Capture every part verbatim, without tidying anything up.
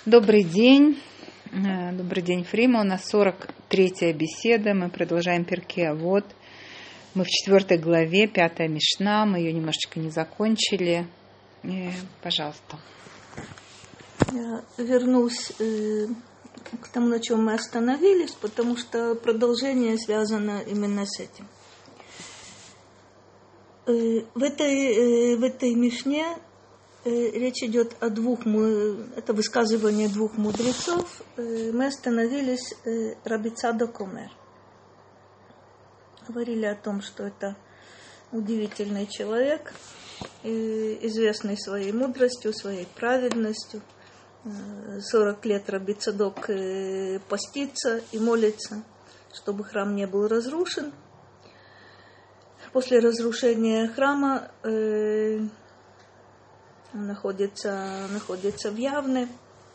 Добрый день. Добрый день, Фрима. У нас сорок третья беседа. Мы продолжаем Перкей Авот. Мы в четвёртой главе, пятая Мишна. Мы ее немножечко не закончили. И, пожалуйста. Я вернусь э, к тому, на чем мы остановились, потому что продолжение связано именно с этим. Э, в этой, э, в этой Мишне речь идет о двух, это высказывание двух мудрецов. Мы остановились Раби Цадок Омер. Говорили о том, что это удивительный человек, известный своей мудростью, своей праведностью. сорок лет Раби Цадок постится и молится, чтобы храм не был разрушен. После разрушения храма Он находится, находится в Явне.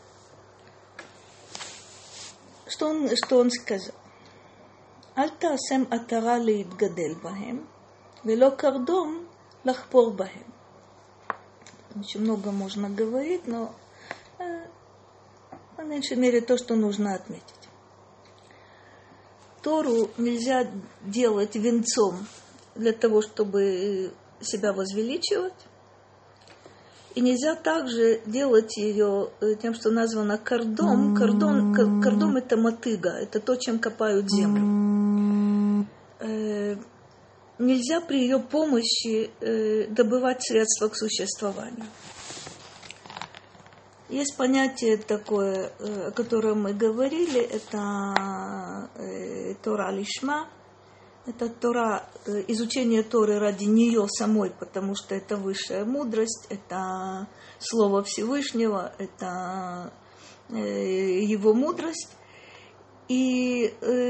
Что он, что он сказал? Аль таасем атара леитгадел бахем, вело кардом лахпор бахем. Очень много можно говорить, но э, по меньшей мере то, что нужно отметить. Тору нельзя делать венцом для того, чтобы себя возвеличивать. И нельзя также делать ее тем, что названо кардом. Кардон, кардом – это мотыга, это то, чем копают землю. Э, нельзя при ее помощи э, добывать средства к существованию. Есть понятие такое, э, о котором мы говорили, это э, Тора лишма. Это Тора, изучение Торы ради нее самой, потому что это высшая мудрость, это Слово Всевышнего, это его мудрость. И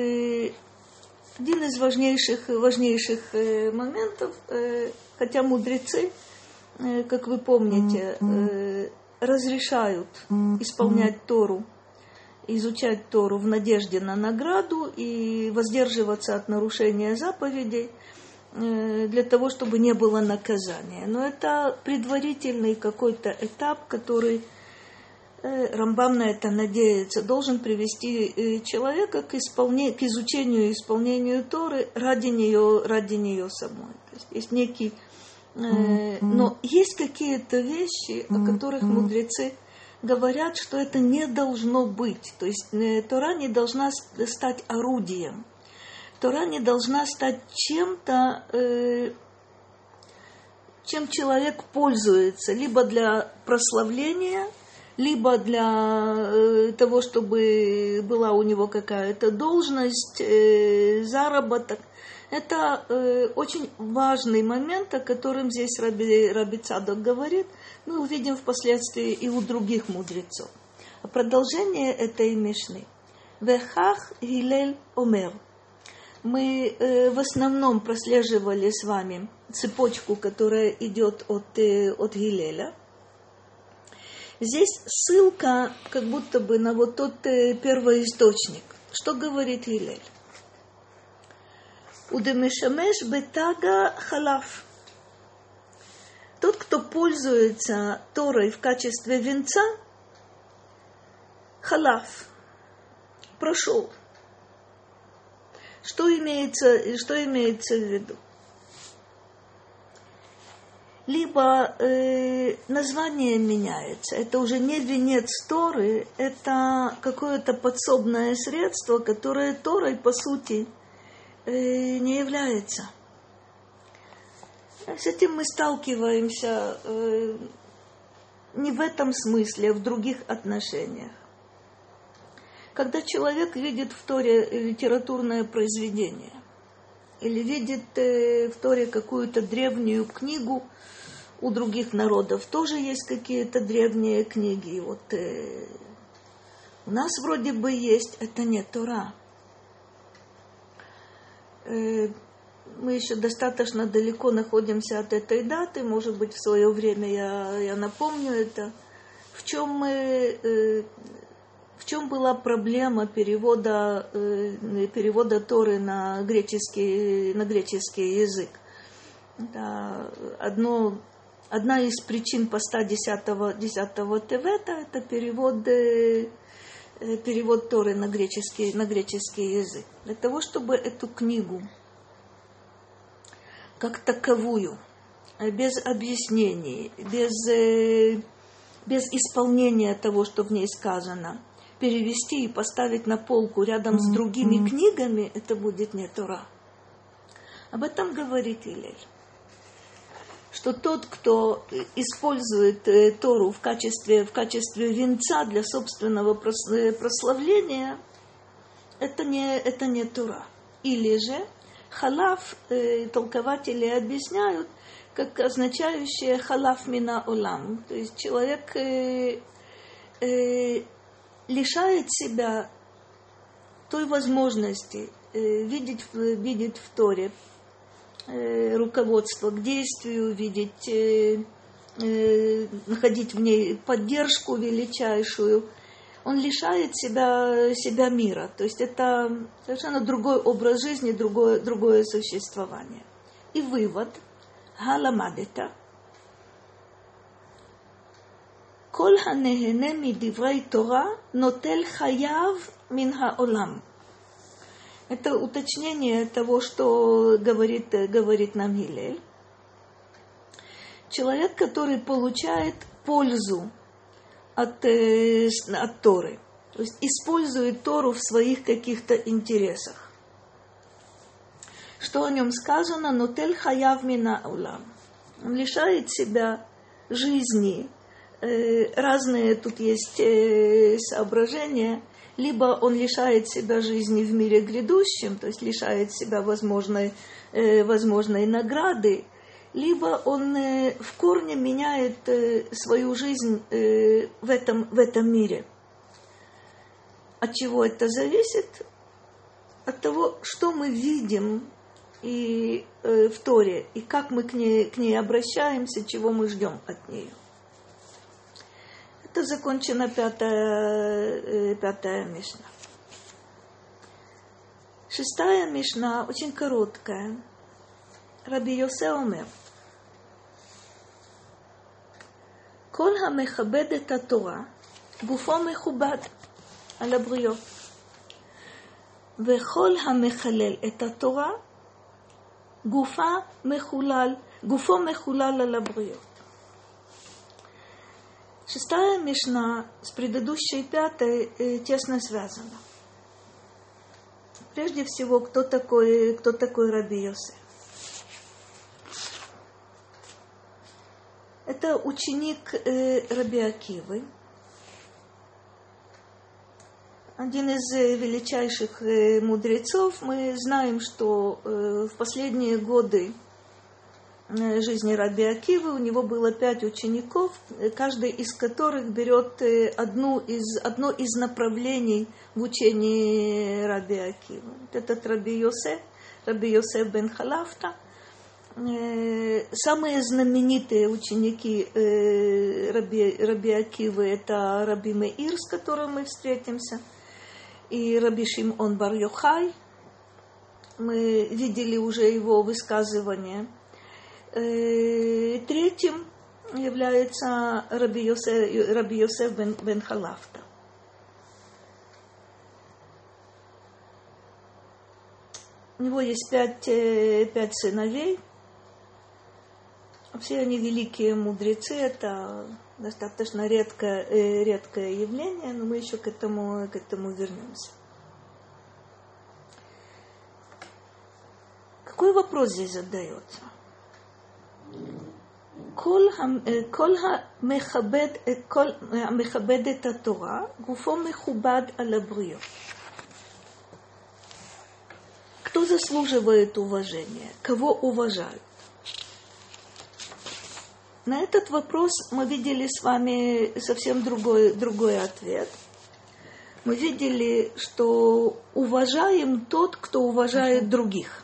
один из важнейших, важнейших моментов, хотя мудрецы, как вы помните, разрешают исполнять Тору, изучать Тору в надежде на награду и воздерживаться от нарушения заповедей для того, чтобы не было наказания. Но это предварительный какой-то этап, который Рамбам на это надеется, должен привести человека к, исполне... к изучению и исполнению Торы ради нее, ради нее самой. То есть есть некий... Но есть какие-то вещи, о которых мудрецы говорят, что это не должно быть. То есть Тора не должна стать орудием. Тора не должна стать чем-то, э, чем человек пользуется, либо для прославления, либо для э, того, чтобы была у него какая-то должность, э, заработок. Это э, очень важный момент, о котором здесь Раби, Раби Цадок говорит. Мы увидим впоследствии и у других мудрецов. А продолжение этой Мишны. Вехах Гилель Омер. Мы э, в основном прослеживали с вами цепочку, которая идет от, э, от Гилеля. Здесь ссылка как будто бы на вот тот э, первоисточник. Что говорит Гилель? Удемешамеш бетага халаф. Тот, кто пользуется Торой в качестве венца, халаф, прошел. Что имеется, что имеется в виду? Либо э, название меняется, это уже не венец Торы, это какое-то подсобное средство, которое Торой, по сути, э, не является. С этим мы сталкиваемся э, не в этом смысле, а в других отношениях. Когда человек видит в Торе литературное произведение или видит э, в Торе какую-то древнюю книгу, у других народов тоже есть какие-то древние книги. Вот э, у нас вроде бы есть, это не Тора. Э, Мы еще достаточно далеко находимся от этой даты. Может быть, в свое время я, я напомню это. В чем, мы, э, в чем была проблема перевода, э, перевода Торы на греческий, на греческий язык? Это одно одна из причин поста десятого, десятого Тевета – это перевод, э, перевод Торы на греческий, на греческий язык. Для того, чтобы эту книгу как таковую, без объяснений, без, э, без исполнения того, что в ней сказано, перевести и поставить на полку рядом с другими mm-hmm. книгами, это будет не Тора. Об этом говорит Илель. Что тот, кто использует э, Тору в качестве, в качестве венца для собственного прославления, это не, это не Тора. Или же халаф, э, толкователи объясняют, как означающее халаф мина олам. То есть человек э, э, лишает себя той возможности э, видеть, видеть в Торе э, руководство к действию, видеть, э, э, находить в ней поддержку величайшую. Он лишает себя, себя мира. То есть это совершенно другой образ жизни, другое, другое существование. И вывод – халамадета. כל הנהנה מדברי תורה נוטל חייו מן העולם. Это уточнение того, что говорит, говорит нам Гилель. Человек, который получает пользу от, от Торы, то есть использует Тору в своих каких-то интересах. Что о нем сказано? Нотель хаяв мина улам. Он лишает себя жизни. Разные тут есть соображения. Либо он лишает себя жизни в мире грядущем, то есть лишает себя возможной, возможной награды, либо он в корне меняет свою жизнь в этом, в этом мире. От чего это зависит? От того, что мы видим и, в Торе, и как мы к ней, к ней обращаемся, чего мы ждем от нее. Это закончена пятая, пятая мишна. Шестая мишна очень короткая. Раби Йосе омер. כל המכבד את התורה, גופו מכובד על הבריות. וכל המחלל את התורה, גופה מחולל, גופו מחולל על הבריות. Шестая мишна с предыдущей пятой э, тесно связана. Прежде всего, кто такой, кто такой Раби Йосе? Это ученик э, Раби Акивы, один из э, величайших э, мудрецов. Мы знаем, что э, в последние годы жизни Раби Акивы у него было пять учеников, каждый из которых берет одну из, одно из направлений в учении Раби Акивы. Вот этот Раби Йосе, Раби Йосе бен Халафта. Самые знаменитые ученики Раби, Раби Акивы – это Раби Меир, с которым мы встретимся, и Раби Шимон бар Йохай. Мы видели уже его высказывание. Третьим является Раби Йосеф, Раби Йосеф бен, бен Халафта. У него есть пять, пять сыновей. Все они великие мудрецы. Это достаточно редкое, редкое явление, но мы еще к этому, к этому вернемся. Какой вопрос здесь задается? כל המכבד, כל המכבד את התורה, גופו מכובד על הבריות. Кто заслуживает уважения? Кого уважают? На этот вопрос мы видели с вами совсем другой, другой ответ. Мы видели, что уважаем тот, кто уважает других.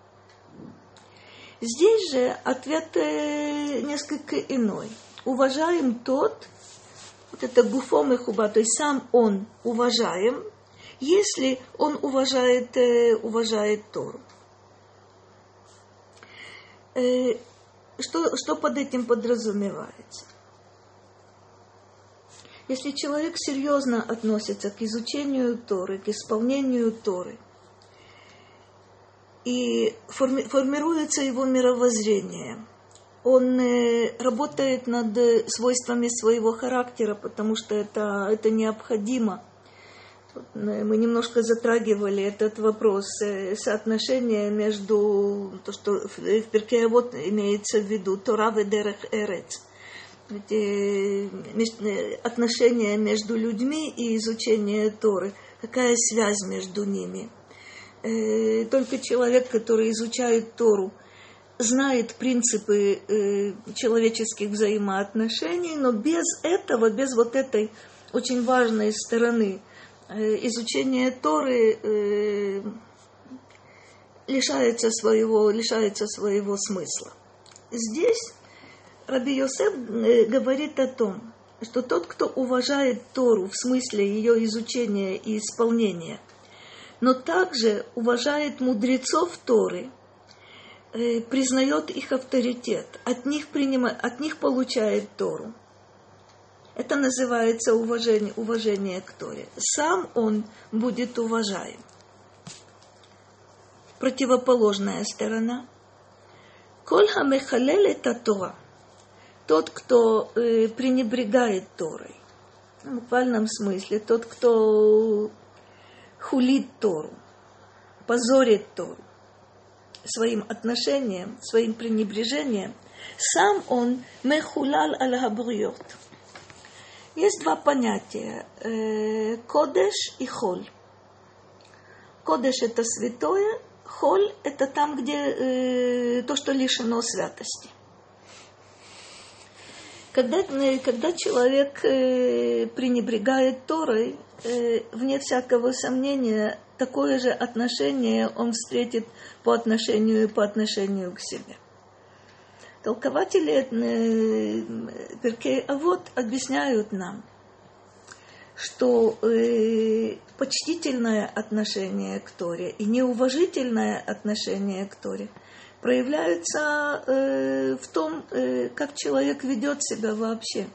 Здесь же ответ несколько иной. Уважаем тот, вот это гуфом и хуба, то есть сам он уважаем, если он уважает, уважает Тору. что, что под этим подразумевается? Если человек серьезно относится к изучению Торы, к исполнению Торы, и форми, формируется его мировоззрение, он э, работает над свойствами своего характера, потому что это, это необходимо. Мы немножко затрагивали этот вопрос, соотношение между, то, что в Перкей Авот имеется в виду, Тора ведерех эрец, отношения между людьми и изучение Торы, какая связь между ними. Только человек, который изучает Тору, знает принципы человеческих взаимоотношений, но без этого, без вот этой очень важной стороны, изучение Торы э, лишается своего, лишается своего смысла. Здесь Раби Йосеф говорит о том, что тот, кто уважает Тору в смысле ее изучения и исполнения, но также уважает мудрецов Торы, э, признает их авторитет, от них, принимает, от них получает Тору. Это называется уважение, уважение к Торе. Сам он будет уважаем. Противоположная сторона. Коль хамехалель это Тора. Тот, кто э, пренебрегает Торой. В буквальном смысле. Тот, кто хулит Тору. Позорит Тору. Своим отношением, своим пренебрежением. Сам он мехулал аль-хабриот. Есть два понятия э, – кодеш и холь. Кодеш – это святое, холь – это там, где э, то, что лишено святости. Когда, э, когда человек э, пренебрегает Торой, э, вне всякого сомнения, такое же отношение он встретит по отношению, по отношению к себе. Толкователи Перкей Авот объясняют нам, что э, почтительное отношение к Торе и неуважительное отношение к Торе проявляются э, в том, э, как человек ведет себя вообще.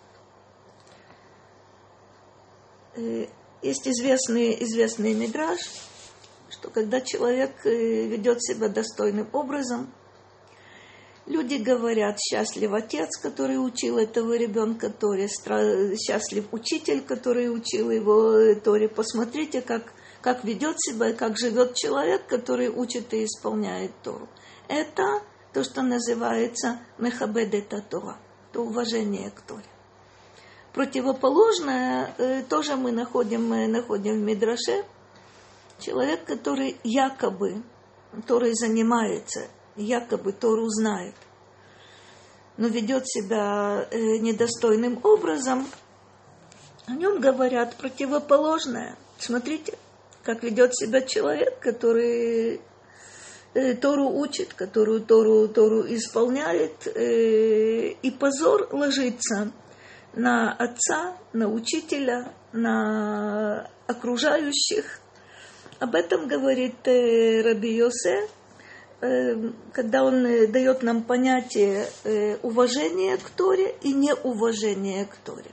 Э, есть известный, известный мидраш, что когда человек э, ведет себя достойным образом, люди говорят, счастлив отец, который учил этого ребенка Торе, счастлив учитель, который учил его Торе. Посмотрите, как, как ведет себя, как живет человек, который учит и исполняет Тору. Это то, что называется мехабедет Тора, то уважение к Торе. Противоположное э, тоже мы находим, мы находим в Мидраше. Человек, который якобы Торой занимается, якобы Тору знает, но ведет себя э, недостойным образом, о нем говорят противоположное. Смотрите, как ведет себя человек, который э, Тору учит, который Тору, Тору исполняет, э, и позор ложится на отца, на учителя, на окружающих. Об этом говорит э, Раби Йосеф, когда он дает нам понятие уважения к Торе и неуважения к Торе,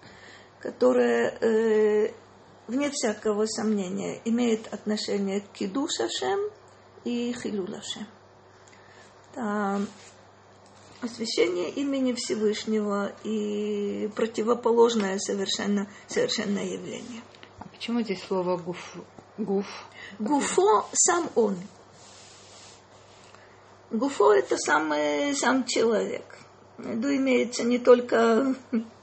которое, вне всякого сомнения, имеет отношение к кидуш Ашем и хилул Ашем. Освящение имени Всевышнего и противоположное совершенно, совершенное явление. А почему здесь слово гуф? Гуф? Гуфо сам он. Гуфо – это сам, сам человек. Это имеется не только...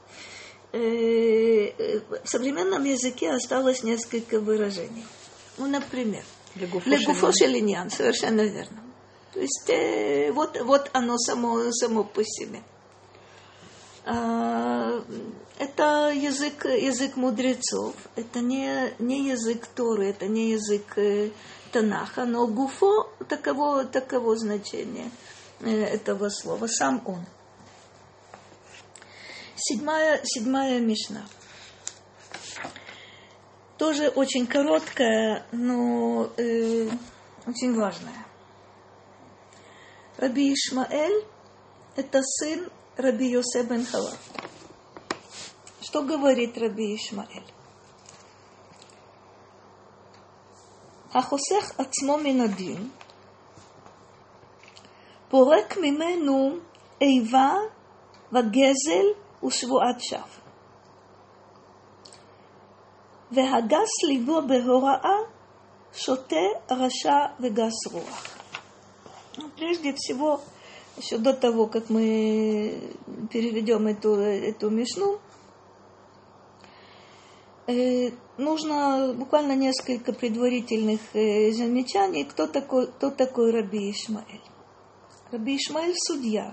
Э, в современном языке осталось несколько выражений. Ну, например, «легуфо шелиньян», совершенно верно. То есть, э, вот, вот оно само, само по себе. А, это язык, язык мудрецов, это не, не язык Торы, это не язык... Танаха, но гуфо таково, таково значение этого слова, сам он. Седьмая, седьмая мишна. Тоже очень короткая, но э, очень важная. Раби Ишмаэль это сын Раби Йосе бен Хала. Что говорит Раби Ишмаэль? החוסך עצמו מן הדין, פורק ממנו איבה וגזל ושבועת שווא. והגס ליבו בהוראה, שותה רשע וגס рוח. Прежде всего, еще до того, как мы переведем эту, эту мишну, нужно буквально несколько предварительных замечаний, кто такой, кто такой Раби Ишмаэль. Раби Ишмаэль – судья.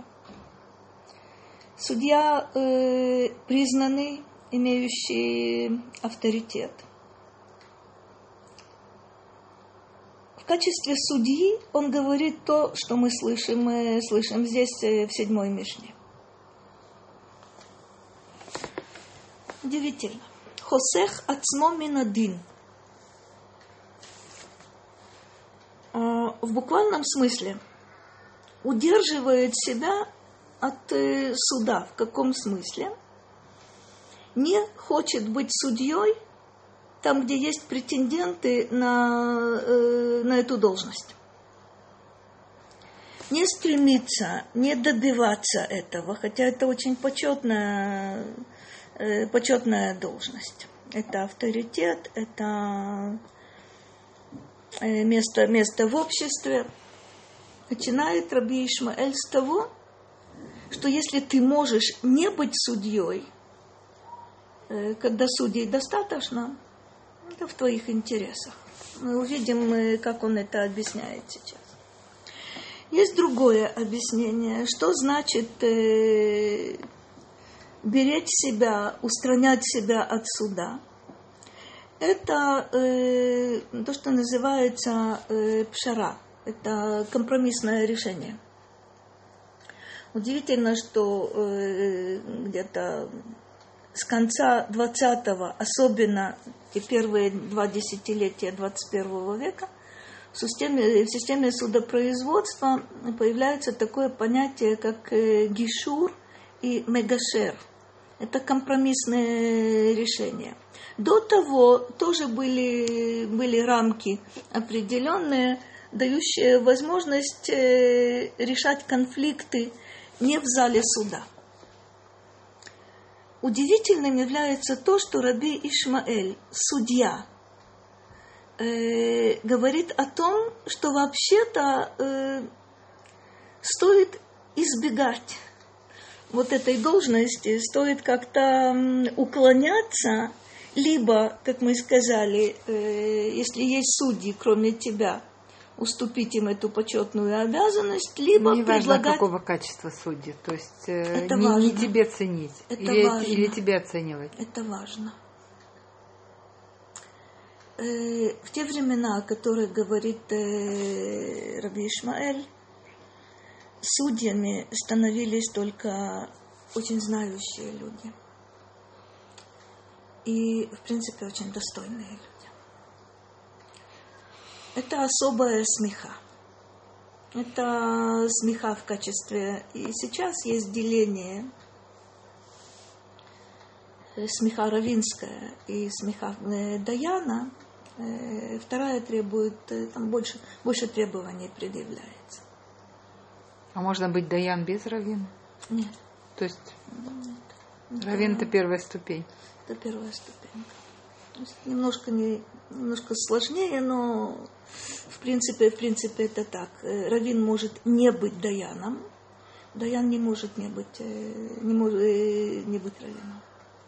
Судья э, признанный, имеющий авторитет. В качестве судьи он говорит то, что мы слышим, мы слышим здесь в седьмой мишне. Удивительно. Хосех ацмо мин адин. В буквальном смысле удерживает себя от суда. В каком смысле? Не хочет быть судьей там, где есть претенденты на, на эту должность. Не стремится, не добиваться этого, хотя это очень почетная, почетная должность. Это авторитет, это место, место в обществе. Начинает Раби Ишмаэль с того, что если ты можешь не быть судьей, когда судей достаточно, это в твоих интересах. Мы увидим, как он это объясняет сейчас. Есть другое объяснение, что значит э, беречь себя, устранять себя от суда. Это э, то, что называется э, пшара. Это компромиссное решение. Удивительно, что э, где-то с конца двадцатого, особенно и первые два десятилетия двадцать первого века, в системе, в системе судопроизводства появляется такое понятие, как гишур и мегашер. Это компромиссные решения. До того тоже были, были рамки определенные, дающие возможность решать конфликты не в зале суда. Удивительным является то, что Раби Ишмаэль, судья, э, говорит о том, что вообще-то э, стоит избегать вот этой должности, стоит как-то уклоняться, либо, как мы сказали, э, если есть судьи, кроме тебя, уступить им эту почетную обязанность, либо не предлагать... важно, какого качества судьи, то есть э, не, не тебе ценить, это или, важно. или тебе оценивать. Это важно. Э, в те времена, о которых говорит э, Раби Ишмаэль, судьями становились только очень знающие люди. И, в принципе, очень достойные люди. Это особая смеха. Это смеха в качестве... И сейчас есть деление смеха равинская и смеха Даяна. Вторая требует... Там больше, больше требований предъявляется. А можно быть Даян без равина? Нет. То есть Нет. равин это первая ступень? Это первая ступенька. То есть немножко, не, немножко сложнее, но в принципе, в принципе это так. Равин может не быть даяном, даян не может не быть, не может не быть равином.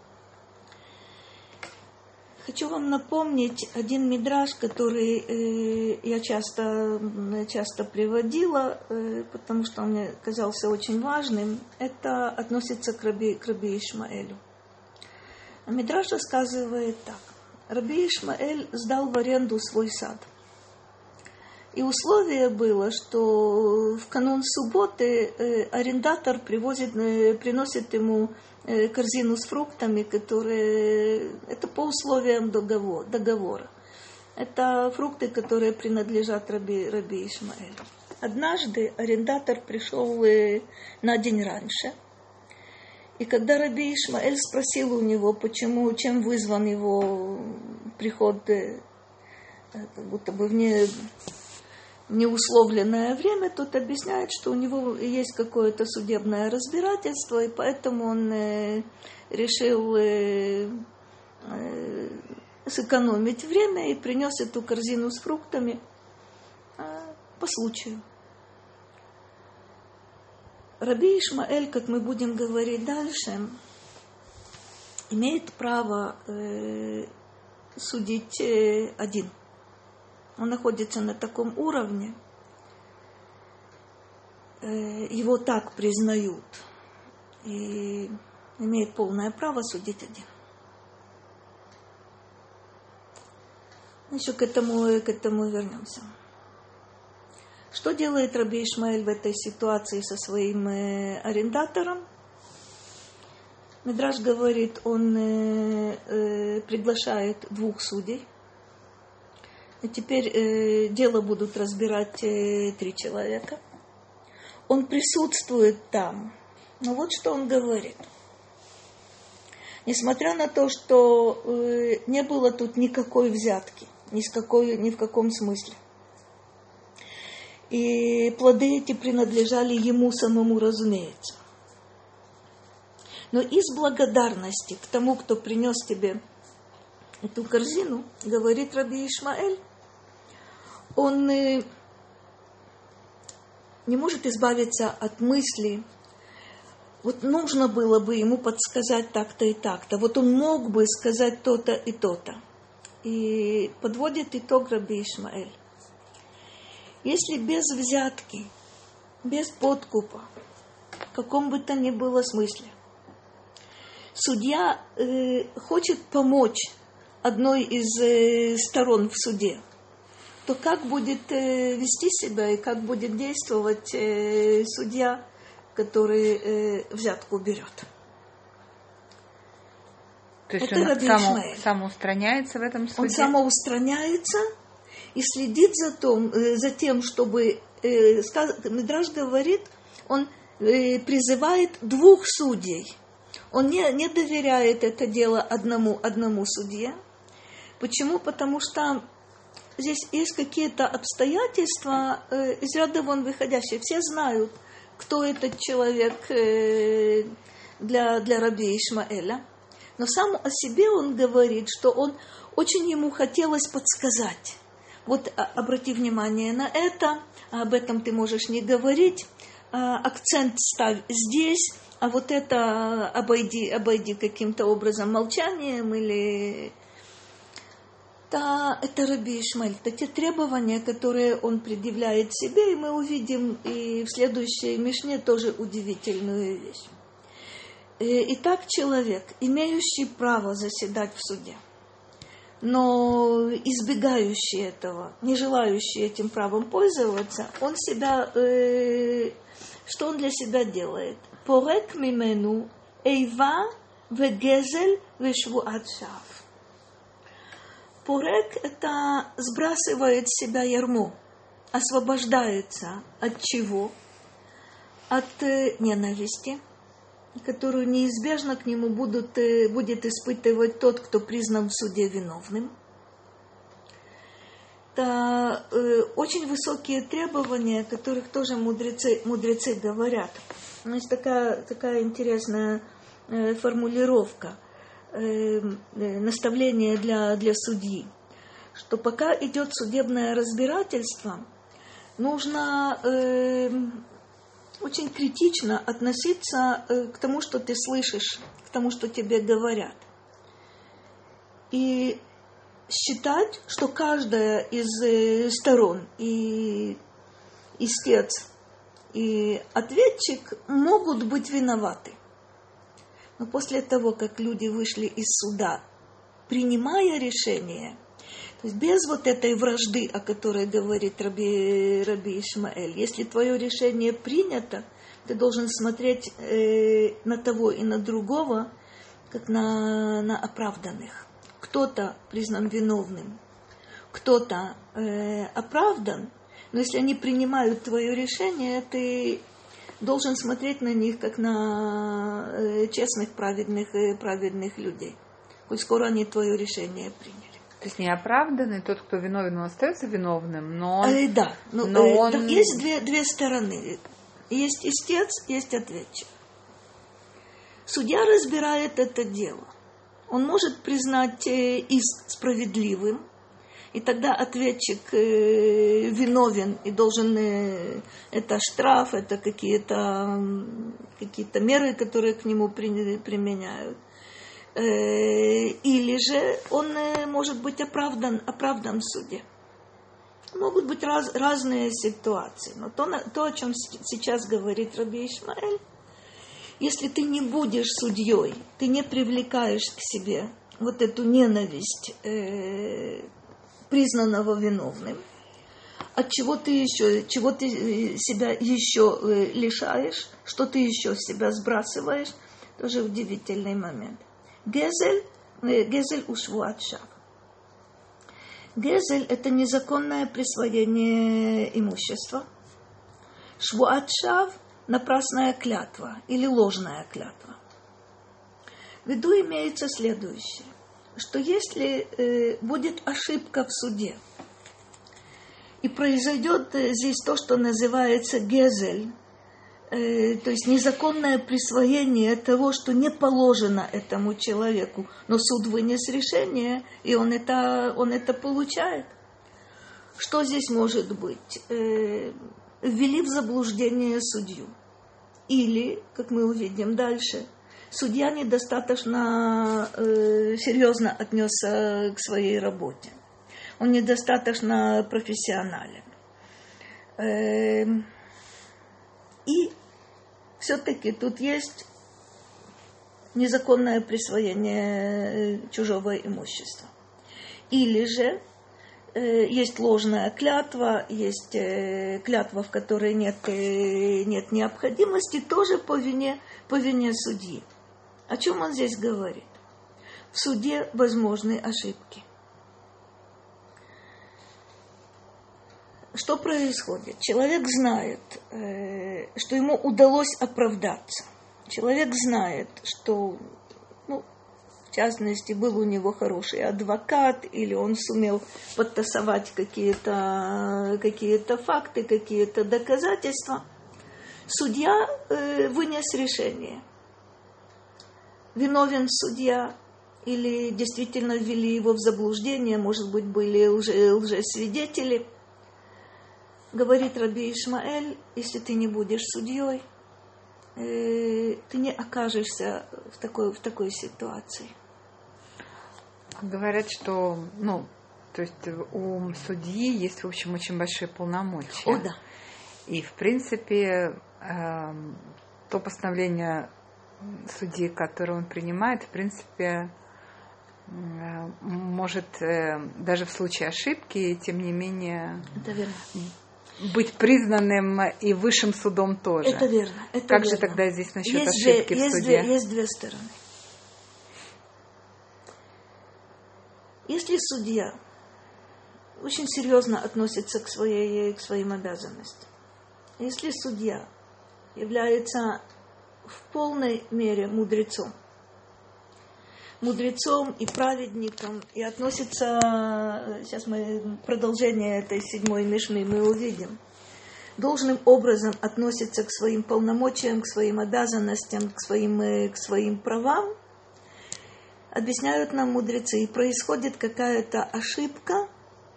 Хочу вам напомнить один мидраш, который э, я часто, часто приводила, э, потому что он мне казался очень важным. Это относится к Раби, к Раби Ишмаэлю. Мидраш рассказывает так. Раби Ишмаэль сдал в аренду свой сад. И условие было, что в канун субботы э, арендатор привозит, э, приносит ему э, корзину с фруктами, которые... Это по условиям договора. договора. Это фрукты, которые принадлежат Раби, Раби Ишмаэлю. Однажды арендатор пришел э, на день раньше. И когда раби Ишмаэль спросил у него, почему, чем вызван его приход э, как будто бы в не, неусловленное время, тот объясняет, что у него есть какое-то судебное разбирательство, и поэтому он э, решил э, э, сэкономить время и принес эту корзину с фруктами э, по случаю. Раби Ишмаэль, как мы будем говорить дальше, имеет право э, судить э, один. Он находится на таком уровне, э, его так признают, и имеет полное право судить один. Еще к этому, к этому вернемся. Что делает раби Ишмаэль в этой ситуации со своим э, арендатором? Мидраш говорит, он э, э, приглашает двух судей. И теперь э, дело будут разбирать э, три человека. Он присутствует там. Но вот что он говорит. Несмотря на то, что э, не было тут никакой взятки, ни, с какой, ни в каком смысле. И плоды эти принадлежали ему самому, разумеется. Но из благодарности к тому, кто принес тебе эту корзину, говорит раби Ишмаэль, он не может избавиться от мысли, вот нужно было бы ему подсказать так-то и так-то, вот он мог бы сказать то-то и то-то. И подводит итог раби Ишмаэль. Если без взятки, без подкупа, в каком бы то ни было смысле, судья э, хочет помочь одной из э, сторон в суде, то как будет э, вести себя и как будет действовать э, судья, который э, взятку берет? То есть это он само, самоустраняется в этом суде? Он самоустраняется и следит за, том, за тем, чтобы, э, Мидраш говорит, он э, призывает двух судей. Он не, не доверяет это дело одному, одному судье. Почему? Потому что здесь есть какие-то обстоятельства э, из ряда вон выходящие. Все знают, кто этот человек э, для, для раби Ишмаэля. Но сам о себе он говорит, что он очень ему хотелось подсказать. Вот обрати внимание на это, об этом ты можешь не говорить, акцент ставь здесь, а вот это обойди, обойди каким-то образом молчанием или... Да, это раби Ишмаэль, это те требования, которые он предъявляет себе, и мы увидим и в следующей Мишне тоже удивительную вещь. Итак, человек, имеющий право заседать в суде, но избегающий этого, не желающий этим правом пользоваться, он себя, э, что он для себя делает? Порек мимену эйва вегезель вешвуат шав. Порек – это сбрасывает с себя ярмо, освобождается от чего? От э, ненависти, которую неизбежно к нему будут, будет испытывать тот, кто признан в суде виновным. Это э, очень высокие требования, о которых тоже мудрецы, мудрецы говорят. Есть такая, такая интересная э, формулировка, э, э, наставление для, для судьи, что пока идет судебное разбирательство, нужно... Э, очень критично относиться э, к тому, что ты слышишь, к тому, что тебе говорят. И считать, что каждая из э, сторон, и истец, и ответчик могут быть виноваты. Но после того, как люди вышли из суда, принимая решение, то есть без вот этой вражды, о которой говорит раби, раби Ишмаэль, если твое решение принято, ты должен смотреть э, на того и на другого, как на, на оправданных. Кто-то признан виновным, кто-то э, оправдан, Но если они принимают твое решение, ты должен смотреть на них, как на честных, праведных, праведных людей. Коль скоро они твое решение приняли. То есть неоправданный тот, кто виновен, он остается виновным, но он... Э, да, но, но э, он... да, есть две, две стороны. Есть истец, есть ответчик. Судья разбирает это дело. Он может признать иск справедливым, и тогда ответчик э, виновен и должен... Э, это штраф, это какие-то, какие-то меры, которые к нему при, применяют. Или же он может быть оправдан, оправдан в суде. Могут быть раз, разные ситуации. Но то, то, о чем сейчас говорит Раби Ишмаэль, если ты не будешь судьей, ты не привлекаешь к себе вот эту ненависть э, признанного виновным, от чего ты еще, чего ты себя еще лишаешь, что ты еще с себя сбрасываешь, тоже удивительный момент. Гезель, гезель у швуат шав. Гезель – это незаконное присвоение имущества. Швуат шав – напрасная клятва или ложная клятва. В виду имеется следующее, что если э, будет ошибка в суде, и произойдет здесь то, что называется гезель, то есть незаконное присвоение того, что не положено этому человеку, но суд вынес решение, и он это, он это получает. Что здесь может быть? Ввели в заблуждение судью. Или, как мы увидим дальше, судья недостаточно серьезно отнесся к своей работе. Он недостаточно профессионален. И все-таки тут есть незаконное присвоение чужого имущества. Или же э, есть ложная клятва, есть э, клятва, в которой нет, э, нет необходимости, тоже по вине, по вине судьи. О чем он здесь говорит? В суде возможны ошибки. Что происходит? Человек знает, что ему удалось оправдаться. Человек знает, что, ну, в частности, был у него хороший адвокат, или он сумел подтасовать какие-то, какие-то факты, какие-то доказательства. Судья вынес решение. Виновен судья или действительно ввели его в заблуждение, может быть, были лже, лжесвидетели. Говорит Раби Ишмаэль, если ты не будешь судьей, э, ты не окажешься в такой, в такой ситуации. Говорят, что, ну, то есть у судьи есть, в общем, очень большие полномочия. О, да. И, в принципе, э, то постановление судьи, которое он принимает, в принципе, э, может э, даже в случае ошибки, тем не менее... Это верно. Быть признанным и высшим судом тоже. Это верно. Это как верно. же тогда здесь насчет есть ошибки две, в есть суде? Две, есть две стороны. Если судья очень серьезно относится к, своей, к своим обязанностям, если судья является в полной мере мудрецом, мудрецом и праведником, и относится, сейчас мы продолжение этой седьмой мишны мы увидим, должным образом относится к своим полномочиям, к своим обязанностям, к своим, к своим правам, объясняют нам мудрецы, и происходит какая-то ошибка,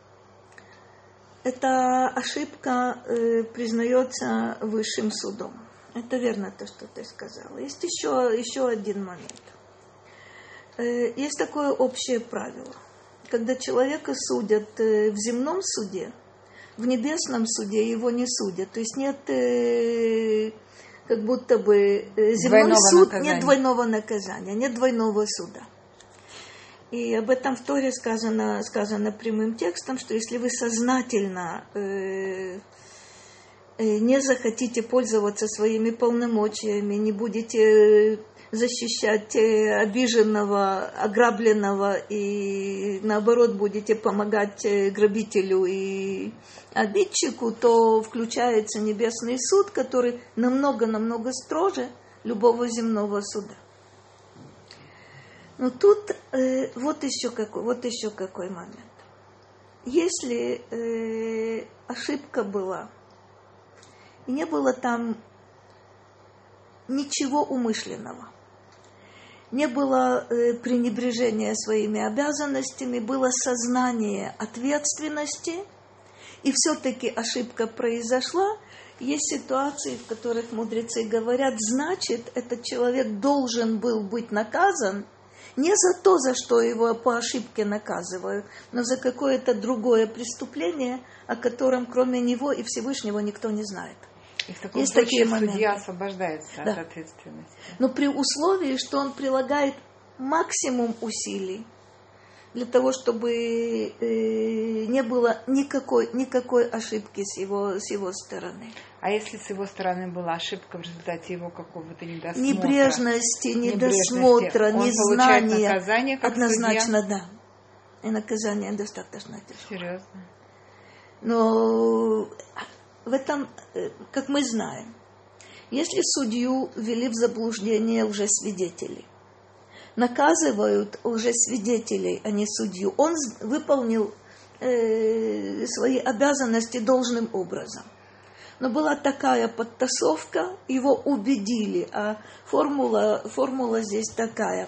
эта ошибка э, признается высшим судом. Это верно то, что ты сказала. Есть еще, еще один момент. Есть такое общее правило. Когда человека судят в земном суде, в небесном суде его не судят. То есть нет как будто бы земной двойного суд, наказания. Нет двойного наказания, нет двойного суда. И об этом в Торе сказано, сказано прямым текстом, что если вы сознательно э, не захотите пользоваться своими полномочиями, не будете защищать обиженного, ограбленного, и наоборот будете помогать грабителю и обидчику, то включается небесный суд, который намного-намного строже любого земного суда. Но тут э, вот, еще какой, вот еще какой момент. Если э, ошибка была, и не было там ничего умышленного, не было э, пренебрежения своими обязанностями, было сознание ответственности, и все-таки ошибка произошла, есть ситуации, в которых мудрецы говорят, значит, этот человек должен был быть наказан не за то, за что его по ошибке наказывают, но за какое-то другое преступление, о котором кроме него и Всевышнего никто не знает. И в таком Есть случае такие судья моменты. освобождается Да. от ответственности. Но при условии, что он прилагает максимум усилий для того, чтобы э, не было никакой, никакой ошибки с его, с его стороны. А если с его стороны была ошибка в результате его какого-то недосмотра? Небрежности, небрежности, недосмотра, он получает незнания. наказание, как Однозначно, судья? да. И наказание достаточно тяжелое. Серьезно? Но в этом, как мы знаем, если судью ввели в заблуждение лжесвидетели, наказывают лжесвидетелей, а не судью, он выполнил э, свои обязанности должным образом. Но была такая подтасовка, его убедили, а формула, формула здесь такая.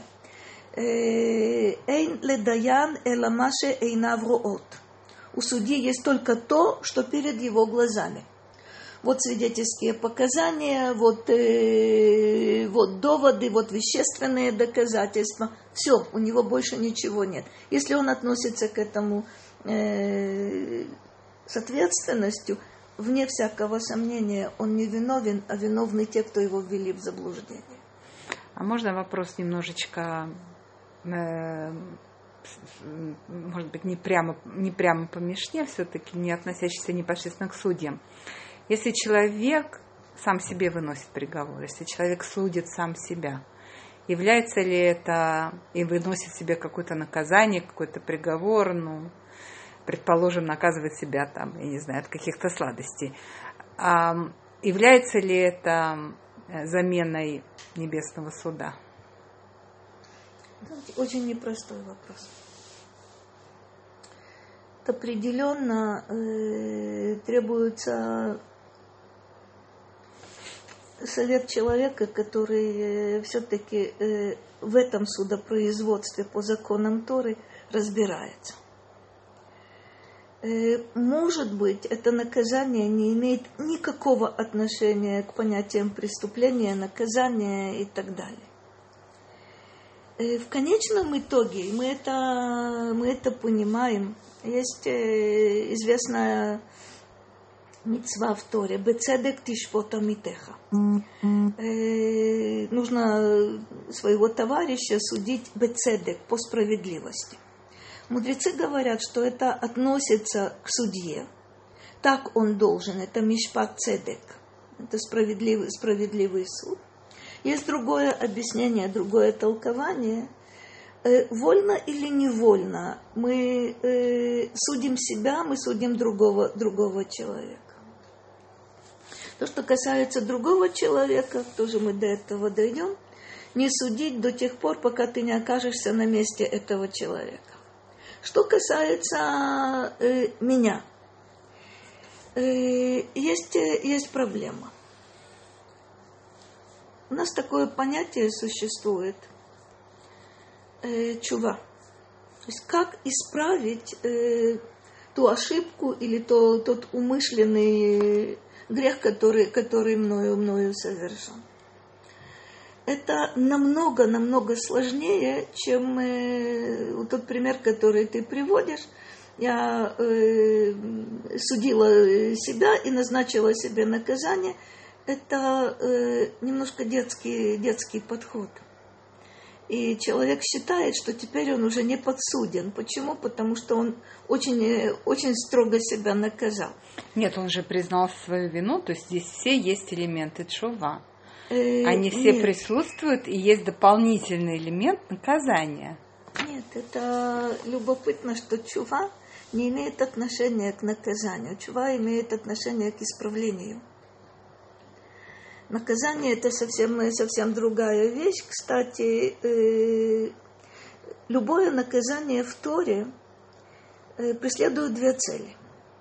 Эйн ледаян эламаше эйнав роот. У судьи есть только то, что перед его глазами. Вот свидетельские показания, вот, э, вот доводы, вот вещественные доказательства. Все, у него больше ничего нет. Если он относится к этому э, с ответственностью, вне всякого сомнения, он не виновен, а виновны те, кто его ввели в заблуждение. А можно вопрос немножечко, э, может быть, не прямо, не прямо по Мишне, все-таки не относящийся непосредственно к судьям. Если человек сам себе выносит приговор, если человек судит сам себя, является ли это и выносит себе какое-то наказание, какой-то приговор, ну, предположим, наказывает себя там, я не знаю, от каких-то сладостей, а является ли это заменой небесного суда? Очень непростой вопрос. Определенно э, требуется совет человека, который э, все-таки э, в этом судопроизводстве по законам Торы разбирается. Э, может быть, это наказание не имеет никакого отношения к понятиям преступления, наказания и так далее. Э, в конечном итоге, мы это, мы это понимаем, есть э, известная мицва в Торе, «Бецедек тишпот амитеха». Э, нужно своего товарища судить бецедек, по справедливости. Мудрецы говорят, что это относится к судье. Так он должен, это мишпат цедек, это справедливый, справедливый суд. Есть другое объяснение, другое толкование. Э, вольно или невольно мы э, судим себя, мы судим другого, другого человека. То, что касается другого человека, тоже мы до этого дойдем, не судить до тех пор, пока ты не окажешься на месте этого человека. Что касается э, меня, э, есть, есть проблема. У нас такое понятие существует э, чува. То есть как исправить э, ту ошибку или то, тот умышленный грех, который, который мною, мною совершен. Это намного-намного сложнее, чем э, вот тот пример, который ты приводишь. Я э, судила себя и назначила себе наказание. Это э, немножко детский, детский подход. И человек считает, что теперь он уже не подсуден. Почему? Потому что он очень, очень строго себя наказал. Нет, он же признал свою вину, то есть здесь все есть элементы тшува. Э, Они все нет. присутствуют, и есть дополнительный элемент наказания. Нет, это любопытно, что чува не имеет отношения к наказанию. Чува имеет отношение к исправлению. Наказание – это совсем, совсем другая вещь. Кстати, э, любое наказание в Торе э, преследует две цели.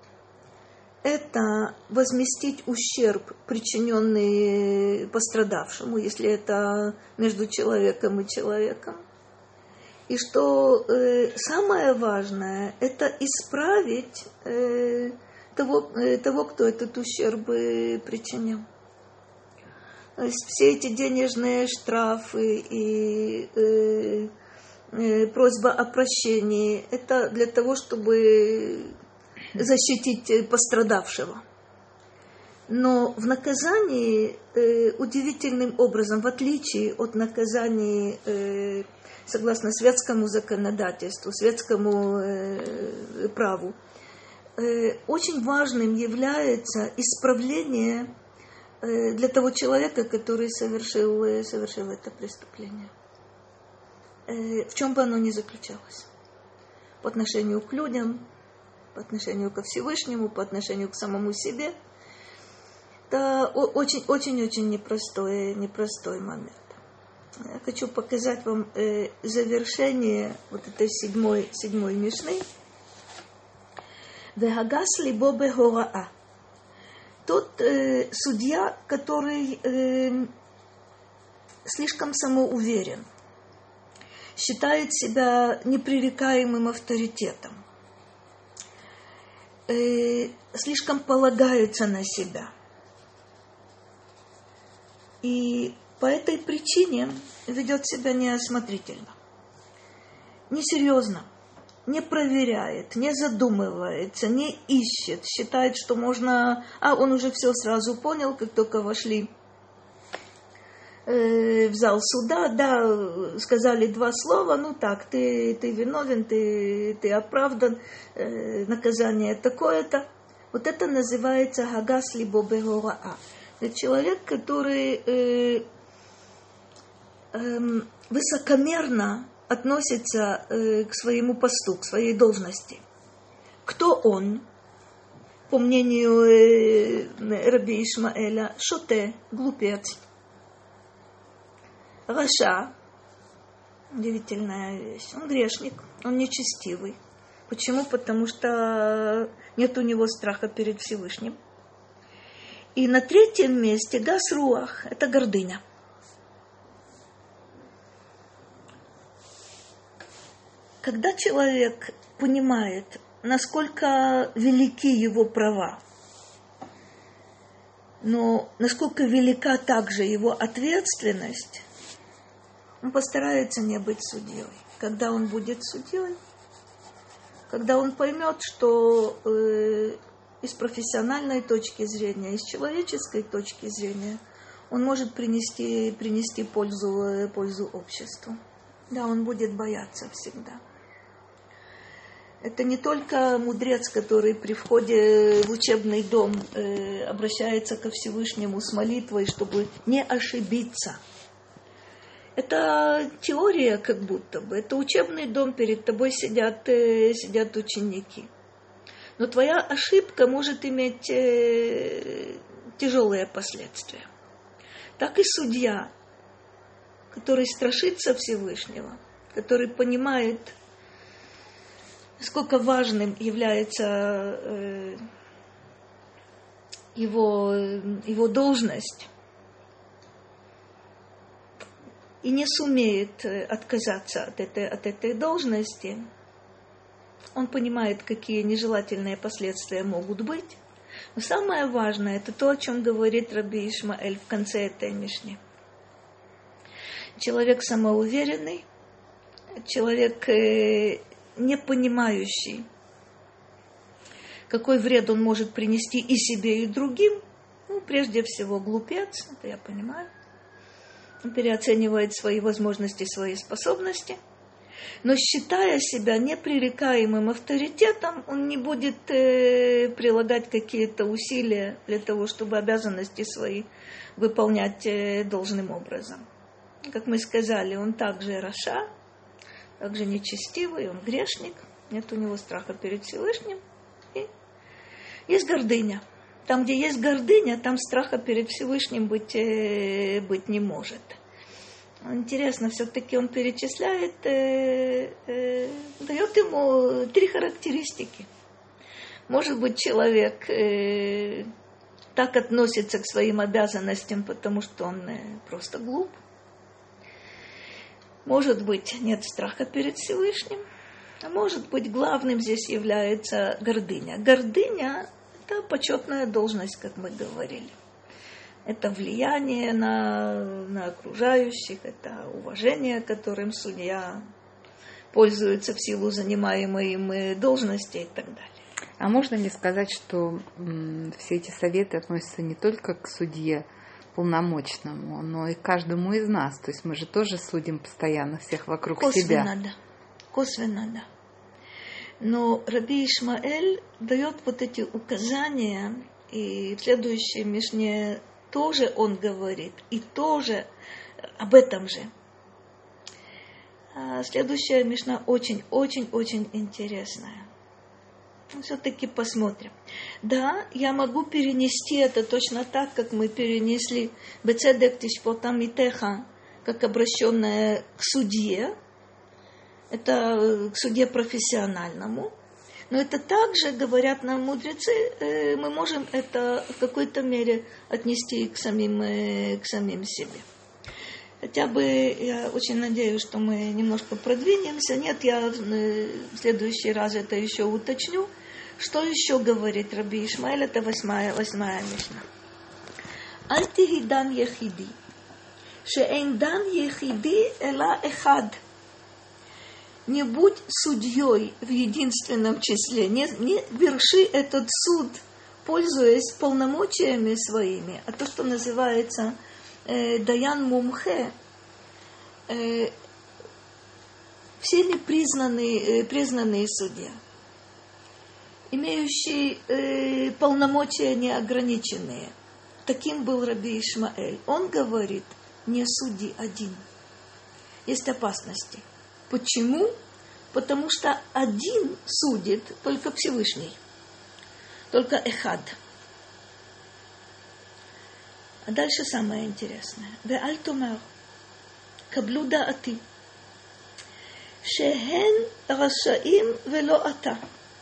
Это возместить ущерб, причиненный пострадавшему, если это между человеком и человеком. И что э, самое важное, это исправить э, того, э, того, кто этот ущерб э, причинил. То есть все эти денежные штрафы и э, э, просьба о прощении, это для того, чтобы защитить пострадавшего. Но в наказании э, удивительным образом, в отличие от наказаний э, согласно светскому законодательству, светскому э, праву, э, очень важным является исправление э, для того человека, который совершил, э, совершил это преступление. Э, в чем бы оно ни заключалось. По отношению к людям, по отношению ко Всевышнему, по отношению к самому себе. Это очень-очень-очень непростой, непростой момент. Я хочу показать вам э, завершение вот этой седьмой, седьмой мишны. «Вегагас либо бехораа». Тот э, судья, который э, слишком самоуверен, считает себя непререкаемым авторитетом, э, слишком полагается на себя. И по этой причине ведет себя неосмотрительно, несерьезно, не проверяет, не задумывается, не ищет, считает, что можно... А, он уже все сразу понял, как только вошли э, в зал суда, да, сказали два слова, ну так, ты, ты виновен, ты, ты оправдан, э, наказание такое-то. Вот это называется «хагас либо бехораа». Это человек, который... Э, высокомерно относится э, к своему посту, к своей должности. Кто он? По мнению э, Раби Ишмаэля, шоте, глупец. Раша, удивительная вещь, он грешник, он нечестивый. Почему? Потому что нет у него страха перед Всевышним. И на третьем месте гас руах, это гордыня. Когда человек понимает, насколько велики его права, но насколько велика также его ответственность, он постарается не быть судьей. Когда он будет судьей, когда он поймет, что э, из профессиональной точки зрения, из человеческой точки зрения, он может принести, принести пользу, пользу обществу. Да, он будет бояться всегда. Это не только мудрец, который при входе в учебный дом э, обращается ко Всевышнему с молитвой, чтобы не ошибиться. Это теория как будто бы. Это учебный дом, перед тобой сидят, э, сидят ученики. Но твоя ошибка может иметь э, тяжелые последствия. Так и судья, который страшится Всевышнего, который понимает, насколько важным является э, его, его должность, и не сумеет отказаться от этой, от этой должности, он понимает, какие нежелательные последствия могут быть. Но самое важное, это то, о чем говорит Раби Ишмаэль в конце этой мишни. Человек самоуверенный, человек э, не понимающий, какой вред он может принести и себе, и другим, ну, прежде всего, глупец, это я понимаю, он переоценивает свои возможности, свои способности, Но считая себя непререкаемым авторитетом, он не будет э, прилагать какие-то усилия для того, чтобы обязанности свои выполнять э, должным образом. Как мы сказали, он также раша, также нечестивый, он грешник, нет у него страха перед Всевышним. И есть гордыня. Там, где есть гордыня, там страха перед Всевышним быть, э, быть не может. Интересно, все-таки он перечисляет, э, э, дает ему три характеристики. Может быть, человек э, так относится к своим обязанностям, потому что он э, просто глуп. Может быть, нет страха перед Всевышним. А может быть, главным здесь является гордыня. Гордыня – это почетная должность, как мы говорили. Это влияние на, на окружающих, это уважение, которым судья пользуется в силу занимаемой им должности и так далее. А можно ли сказать, что м, все эти советы относятся не только к судье полномочному, но и к каждому из нас? То есть мы же тоже судим постоянно всех вокруг Косвенно, себя. Косвенно, да. Косвенно, да. Но Раби Ишмаэль дает вот эти указания, и в следующей Мишне тоже он говорит, и тоже об этом же. А следующая Мишна очень-очень-очень интересная. Все-таки посмотрим. Да, я могу перенести это точно так, как мы перенесли бецедек тишпотам митеха, как обращенное к судье. Это к судье профессиональному. Но это также, говорят нам мудрецы, мы можем это в какой-то мере отнести к самим, к самим себе. Хотя бы я очень надеюсь, что мы немножко продвинемся. Нет, я в следующий раз это еще уточню. Что еще говорит Раби Ишмаэль? Это восьмая, восьмая Мишна. Аль тихи дан ехиди, шеэйн дан ехиди эла эхад. Не будь судьей в единственном числе, не, не верши этот суд, пользуясь полномочиями своими, а то, что называется э, даян мумхе, э, всеми признанный, э, признанный судья, имеющий э, полномочия неограниченные. Таким был Раби Ишмаэль. Он говорит, не суди один. Есть опасности. Почему? Потому что один судит только Всевышний, только Эхад. А дальше самое интересное. Ве'аль томар, каблу даати, шехен рашаим вело ата.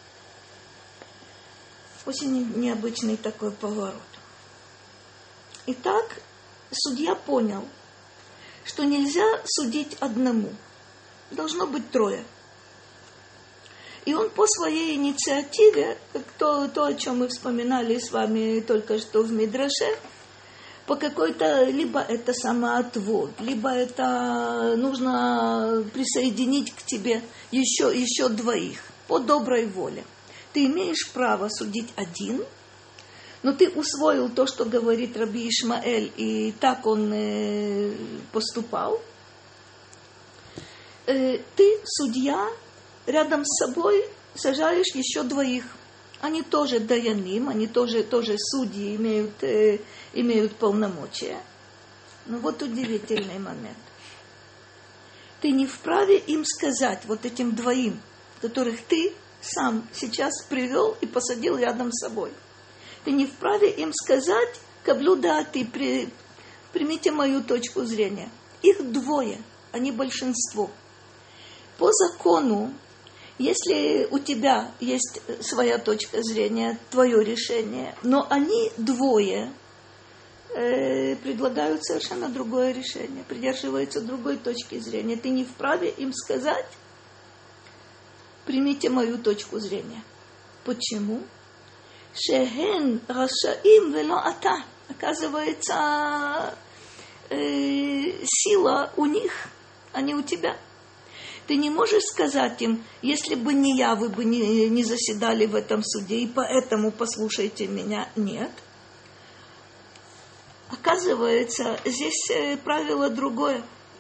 Очень необычный такой поворот. Итак, судья понял, что нельзя судить одному. Должно быть трое. И он по своей инициативе, как то, то, о чем мы вспоминали с вами только что в Мидраше, по какой-то, либо это самоотвод, либо это нужно присоединить к тебе еще, еще двоих, по доброй воле. Ты имеешь право судить один, но ты усвоил то, что говорит Раби Ишмаэль, и так он э, поступал. Э, ты, судья, рядом с собой сажаешь еще двоих. Они тоже даяним, они тоже, тоже судьи, имеют, э, имеют полномочия. Но вот удивительный момент. Ты не вправе им сказать, вот этим двоим, которых ты сам сейчас привел и посадил рядом с собой. Ты не вправе им сказать, каблу даати, при, примите мою точку зрения. Их двое, они большинство. По закону, если у тебя есть своя точка зрения, твое решение, но они двое э, предлагают совершенно другое решение, придерживаются другой точки зрения, ты не вправе им сказать, примите мою точку зрения. Почему? Шехен рашаим вело ата. Оказывается, э, сила у них, а не у тебя. Ты не можешь сказать им, если бы не я, вы бы не, не заседали в этом суде, и поэтому послушайте меня. Нет. Оказывается, здесь правило другое.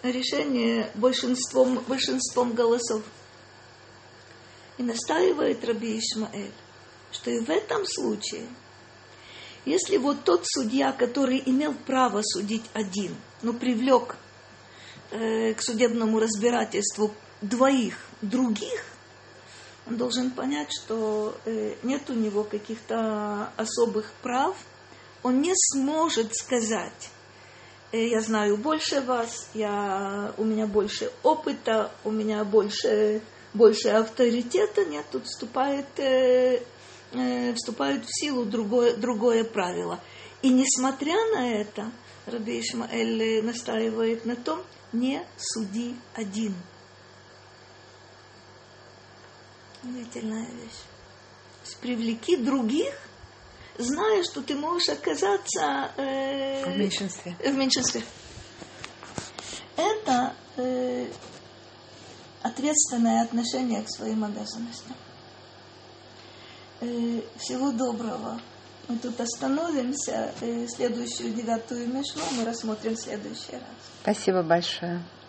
решение большинством, большинством голосов. И настаивает Раби Ишмаэль, что и в этом случае, если вот тот судья, который имел право судить один, но привлек э, к судебному разбирательству двоих других, он должен понять, что э, нет у него каких-то особых прав, он не сможет сказать: я знаю больше вас, я, у меня больше опыта, у меня больше, больше авторитета. Нет, тут вступает, э, э, вступает в силу другое, другое правило. И несмотря на это, Раби Ишмаэль настаивает на том: не суди один. Удивительная вещь. То есть привлеки других, зная, что ты можешь оказаться э, в меньшинстве. В меньшинстве. Это э, ответственное отношение к своим обязанностям. Э, всего доброго. Мы тут остановимся. Э, следующую девятую мишну мы рассмотрим в следующий раз. Спасибо большое.